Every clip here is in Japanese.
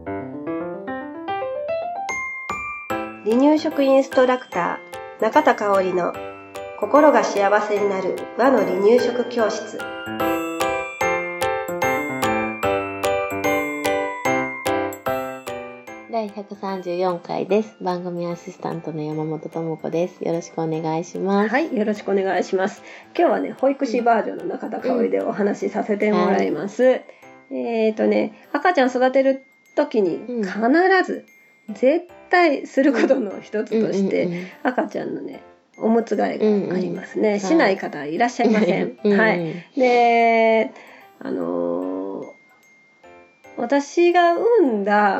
離乳食インストラクター中田香織の心が幸せになる和の離乳食教室。 第134回です。番組アシスタントの山本智子です。よろしくお願いします。 はい、よろしくお願いします。今日はね、保育士バージョンの中田香織でお話しさせてもらいます。赤ちゃん育てる時に必ず絶対することの一つとして、赤ちゃんのね、おむつ替えがありますね。しない方いらっしゃいません。はい。で、私が産んだ、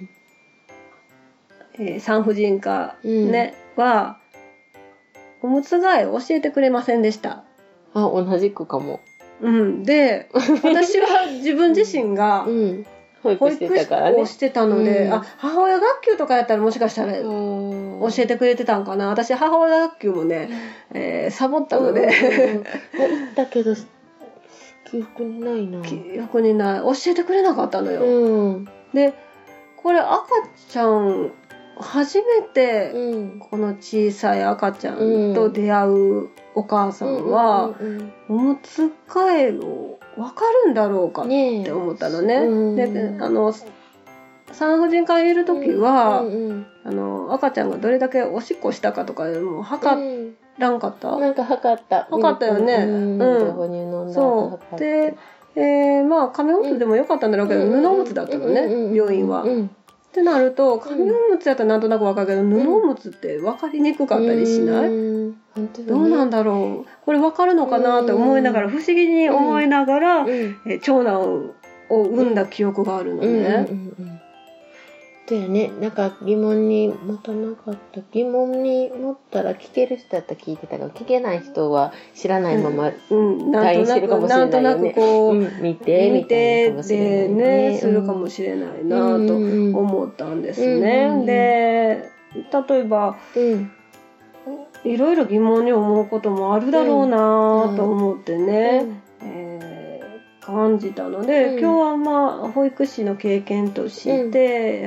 産婦人科ね、はおむつ替えを教えてくれませんでした。 あ、同じくかも。 で、私は自分自身が、保育士をしてたので、母親学級とかやったらもしかしたら教えてくれてたんかな。私母親学級もね、サボったので、 行ったけど記憶にないな。 記憶にない。教えてくれなかったのよ。で、これ赤ちゃん初めてこの小さい赤ちゃんと出会うお母さんはおむつ替えを分かるんだろうかって思ったのね。で、産婦人科にいる時は、赤ちゃんがどれだけおしっこしたかとかも測らんかった？ なんか測ったよね。 そう。で、紙おむつでもよかったんだろうけど、布おむつだったのね、病院は。ってなると、紙おむつやったらなんとなくわかるけど、布おむつって分かりにくかったりしない？どうなんだろう。これ分かるのかなって思いながら、不思議に思いながら、長男を産んだ記憶があるのね。 だよね。なんか疑問に持たなかった。疑問に持ったら聞ける人だったら聞いてたが、聞けない人は知らないまま退院してるかもしれないよね。 なんとなくこう、 見てでね、するかもしれないなと思ったんですね。で、例えば、いろいろ疑問に思うこともあるだろうなと思ってね、感じたので、今日は保育士の経験として、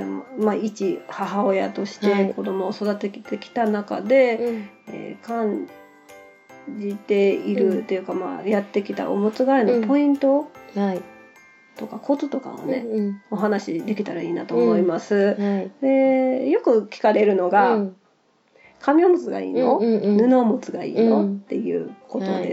一母親として子供を育ててきた中で、感じているというか、やってきたおむつ替えのポイントとかコツとかもね、お話できたらいいなと思います。で、よく聞かれるのが、紙おむつがいいの？布おむつがいいの？っていうことです。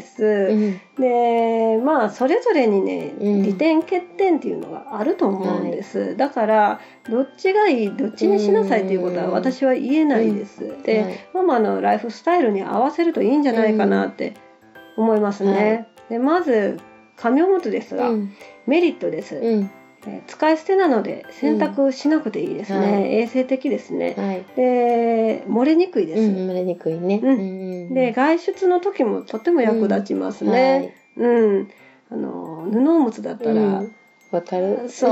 で、それぞれにね、利点欠点っていうのがあると思うんです。だから、どっちがいい、どっちにしなさいっていうことは私は言えないです。で、ママのライフスタイルに合わせるといいんじゃないかなって思いますね。で、まず、紙おむつですが、メリットです。使い捨てなので洗濯しなくていいですね。衛生的ですね。で、漏れにくいです。 漏れにくいね。 で、外出の時もとても役立ちますね。布おむつだったら、 わかる？ そう、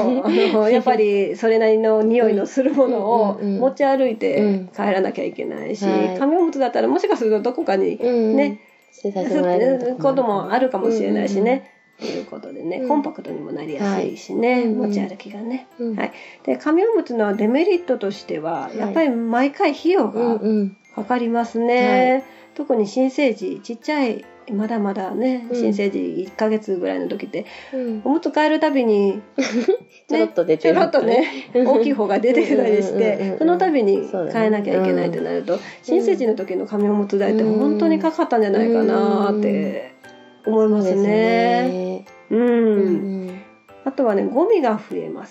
やっぱりそれなりの匂いのするものを持ち歩いて帰らなきゃいけないし、紙おむつだったらもしかするとどこかにね、することもあるかもしれないしね。ということでね、コンパクトにもなりやすいしね、持ち歩きがね。で、紙おむつのデメリットとしては、やっぱり毎回費用がかかりますね。特に新生児、ちっちゃい、まだまだね、新生児1ヶ月ぐらいの時って、おむつ替えるたびに、 ちょろっと出てる。 ちょろっとね、大きい方が出てきたりして、そのたびに変えなきゃいけないってなると、新生児の時の紙おむつ代って本当にかかったんじゃないかなって思いますね。あとはね、ゴミが増えます。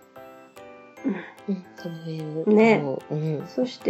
そして、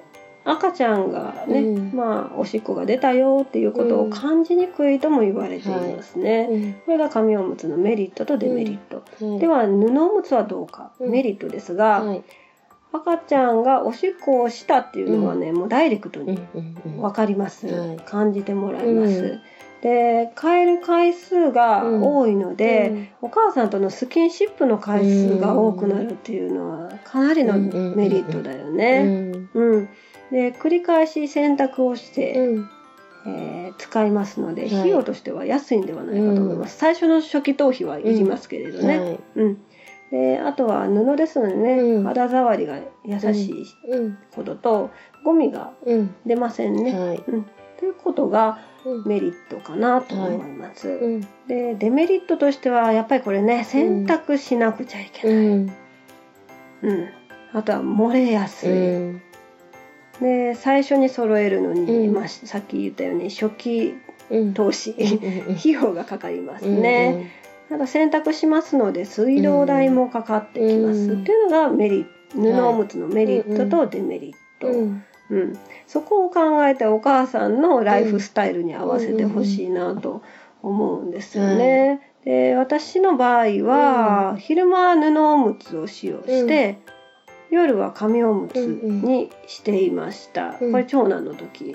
赤ちゃんがね、おしっこが出たよっていうことを感じにくいとも言われていますね。これが紙おむつのメリットとデメリット。では、布おむつはどうか。メリットですが、赤ちゃんがおしっこをしたっていうのはね、もうダイレクトに分かります。感じてもらえます。で、変える回数が多いので、お母さんとのスキンシップの回数が多くなるっていうのはかなりのメリットだよね。で、繰り返し洗濯をして、使いますので、費用としては安いんではないかと思います。最初の初期投資はいりますけれどね。 であとは布ですのでね、肌触りが優しいことと、ゴミが出ませんね。ということがメリットかなと思います。でデメリットとしてはやっぱりこれね、洗濯しなくちゃいけない。あとは漏れやすい。で最初に揃えるのに、さっき言ったように初期投資費用がかかりますね。ただ洗濯しますので水道代もかかってきますっていうのが布おむつのメリットとデメリット。そこを考えてお母さんのライフスタイルに合わせてほしいなと思うんですよね。で私の場合は、昼間布おむつを使用して、夜は紙おむつにしていました。これ長男の時。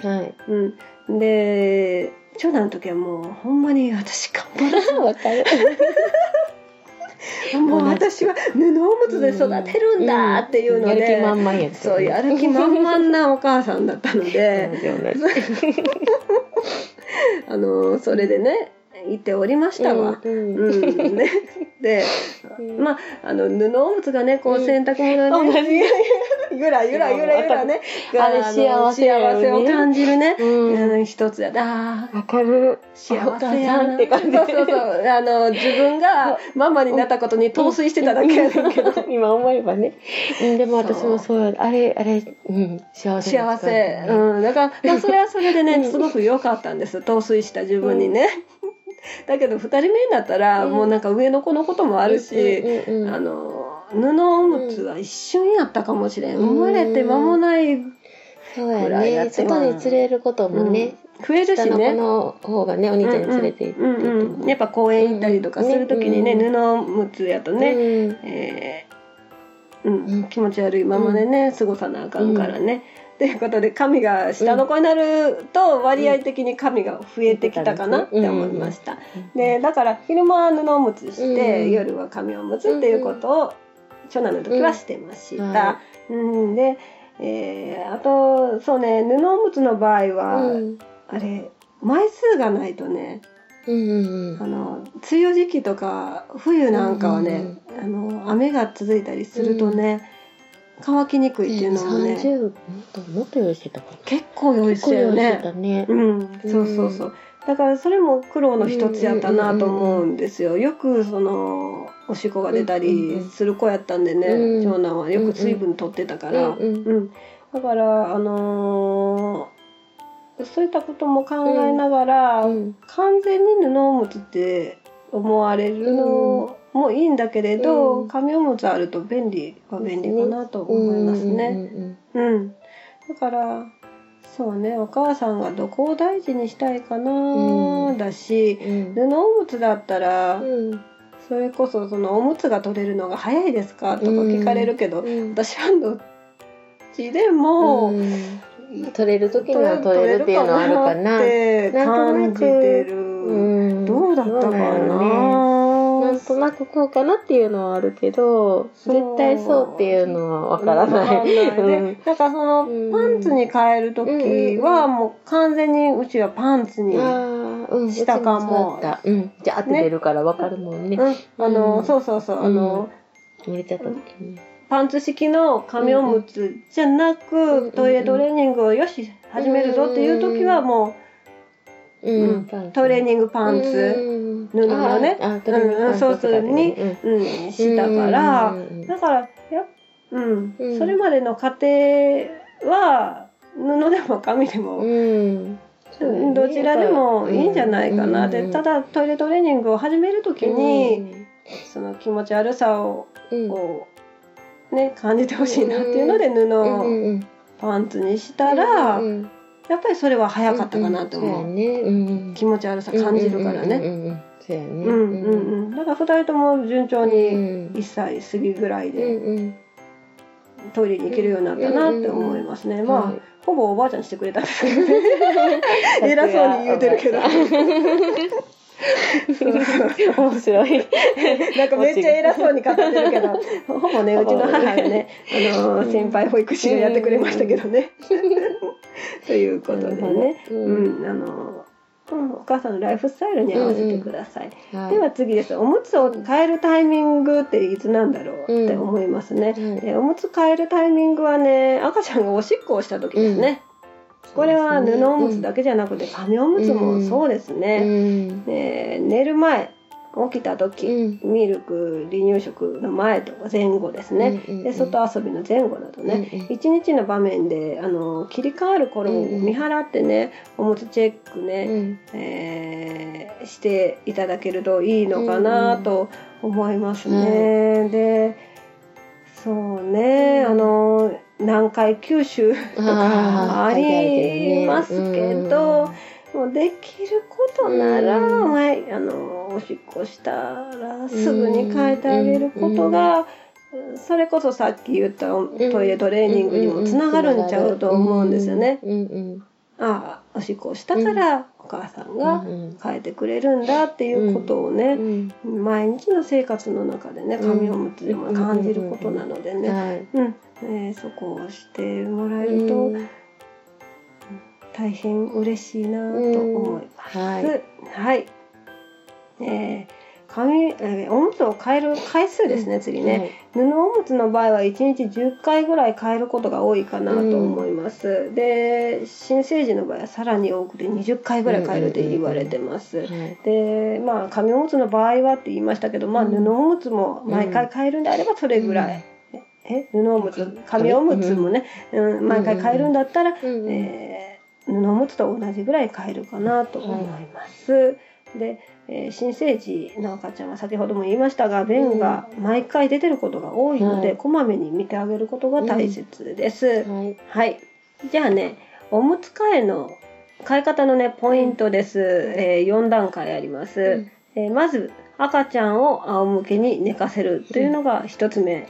で長男の時はもうほんまに私頑張らわかる。 もう私は布おむつで育てるんだっていうので、 やる気満々やった。 そうやる気満々なお母さんだったのでそれでね言っておりましたわ。で布おむつがねこう洗濯物ねゆらゆらねあれ幸せを感じるね一つやだ。 わかる。 幸せやなって感じ。そう自分がママになったことに陶酔してただけやねんけど今思えばね。でも私もそうや。あれ幸せ。だからそれはそれでねすごく良かったんです。陶酔した自分にね。だけど2人目になったらもうなんか上の子のこともあるし、布おむつは一瞬やったかもしれん。生まれて間もないくらいやって、 外に連れることもね、 増えるしね。 下の子の方がねお兄ちゃんに連れて行って、 やっぱ公園行ったりとかする時にね、布おむつやとね、気持ち悪いままでね過ごさなあかんからね。ということで髪が下の子になると割合的に髪が増えてきたかなって思いました。でだから昼間は布おむつして、夜は髪おむつっていうことを長男の時はしてました。で、あとそうね布おむつの場合は、あれ枚数がないとね、梅雨時期とか冬なんかはね、雨が続いたりするとね、乾きにくいっていうのもね、 もっと用意してたかな。 結構用意してたよね。そうだからそれも苦労の一つやったなと思うんですよ。よくおしっこが出たりする子やったんでね、長男はよく水分取ってたから、だからそういったことも考えながら、完全に布おむつって思われるのもいいんだけれど、紙おむつあると便利かなと思いますね。だからそうね、お母さんがどこを大事にしたいかなだし、布おむつだったら、それこそおむつが取れるのが早いですかとか聞かれるけど、私はどっちでも、 取れる時には取れるっていうのはあるかなって感じてる。どうだったかな。 なんとなくこうかなっていうのはあるけど、絶対そうっていうのはわからない。 だからパンツに変える時はもう完全にうちはパンツにしたかも。 じゃあ当ててるからわかるもんね。 そう漏れちゃった時に。 パンツ式の紙おむつじゃなく、トイレトレーニングをよし始めるぞっていう時はもう、トレーニングパンツ布のねソースにしたから、だからそれまでの過程は布でも紙でもどちらでもいいんじゃないかなって。ただトイレトレーニングを始める時にその気持ち悪さをこう感じてほしいなっていうので布をパンツにしたら、やっぱりそれは早かったかなと思う。気持ち悪さ感じるからね。だから2人とも順調に1歳過ぎぐらいでトイレに行けるようになったなって思いますね。まあほぼおばあちゃんにしてくれたんですけどね。偉そうに言うてるけど。 面白い。 なんかめっちゃ偉そうに語ってるけど、ほぼねうちの母がね先輩保育士がやってくれましたけどね。ということでね、 お母さんのライフスタイルに合わせてください。では次です。おむつを変えるタイミングっていつなんだろうって思いますね。おむつ変えるタイミングはね、赤ちゃんがおしっこをした時ですね。これは布おむつだけじゃなくて紙おむつもそうですね。寝る前、起きた時、ミルク離乳食の前とか前後ですね。で外遊びの前後などね、一日の場面で切り替わる頃を見計らってね、おむつチェックね、していただけるといいのかなと思いますね。で、そうね、南海九州とかありますけど、もうできることなら、おしっこしたらすぐに変えてあげることが、それこそさっき言ったトイレトレーニングにもつながるんちゃうと思うんですよね。おしっこをしたからお母さんが変えてくれるんだっていうことをね、毎日の生活の中でね、紙おむつでも感じることなのでね、そこをしてもらえると大変嬉しいなと思います。はい。おむつを変える回数ですね、次ね。布おむつの場合は1日10回ぐらい変えることが多いかなと思います。で、新生児の場合はさらに多くて20回ぐらい変えるって言われてます。で、紙おむつの場合はって言いましたけど、布おむつも毎回変えるんであればそれぐらい。布おむつ、紙おむつもね、毎回変えるんだったら、布おむつと同じぐらい変えるかなと思います。で、新生児の赤ちゃんは先ほども言いましたが、便が毎回出てることが多いので、こまめに見てあげることが大切です。はい。じゃあね、おむつ替え方のね、ポイントです。4段階あります。まず、赤ちゃんを仰向けに寝かせるというのが1つ目。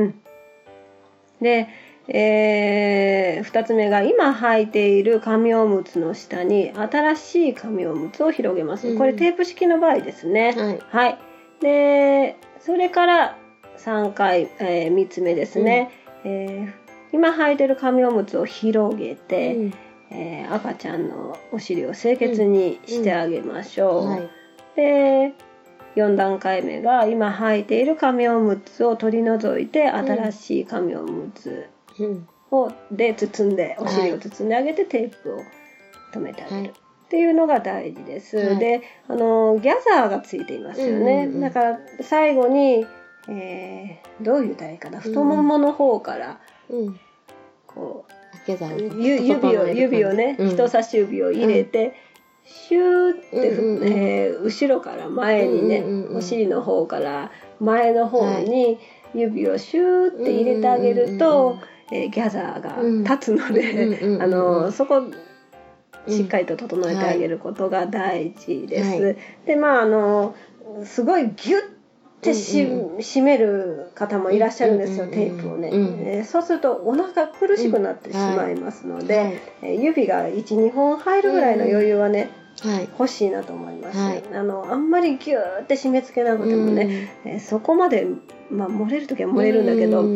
で、2つ目が今履いている紙おむつの下に新しい紙おむつを広げます。これテープ式の場合ですね。はい。で、それから3つ目ですね。今履いている紙おむつを広げて、赤ちゃんのお尻を清潔にしてあげましょう。で、4段階目が今履いている紙おむつを取り除いて新しい紙おむつで包んで、お尻を包んであげてテープを留めてあげるっていうのが大事です。で、ギャザーがついていますよね。だから最後に、どう言ったらいいかな、太ももの方からこう指をね、人差し指を入れて、シューって後ろから前にね、お尻の方から前の方に指をシューって入れてあげると、ギャザーが立つので、そこしっかりと整えてあげることが大事です。ですごいギュッて締める方もいらっしゃるんですよ、テープをね。そうするとお腹苦しくなってしまいますので、指が 1,2 本入るぐらいの余裕はね、欲しいなと思います。あんまりギューって締め付けなくてもね、そこまで、漏れる時は漏れるんだけど、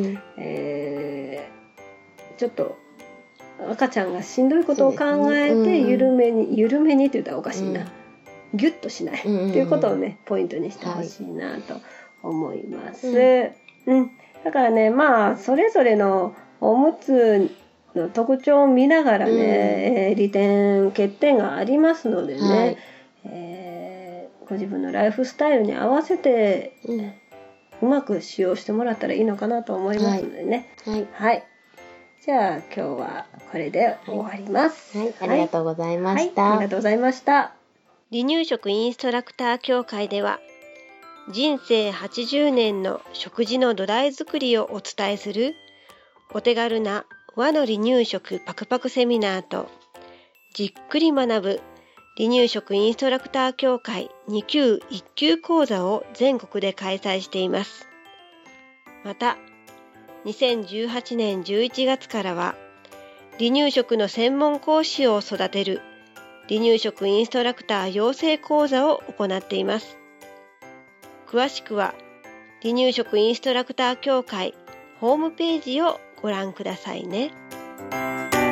ちょっと赤ちゃんがしんどいことを考えて緩めにって言ったらおかしいな、ギュッとしないっていうことをね、ポイントにしてほしいなと思います。だからね、それぞれのおむつの特徴を見ながらね、利点欠点がありますのでね、ご自分のライフスタイルに合わせて、うまく使用してもらったらいいのかなと思いますのでね。じゃあ今日はこれで終わります。 ありがとうございました。 ありがとうございました。 離乳食インストラクター協会では、人生80年の食事の土台作りをお伝えするお手軽な和の離乳食パクパクセミナーと、じっくり学ぶ離乳食インストラクター協会2級1級講座を全国で開催しています。また、2018年11月からは、離乳食の専門講師を育てる離乳食インストラクター養成講座を行っています。詳しくは、離乳食インストラクター協会ホームページをご覧くださいね。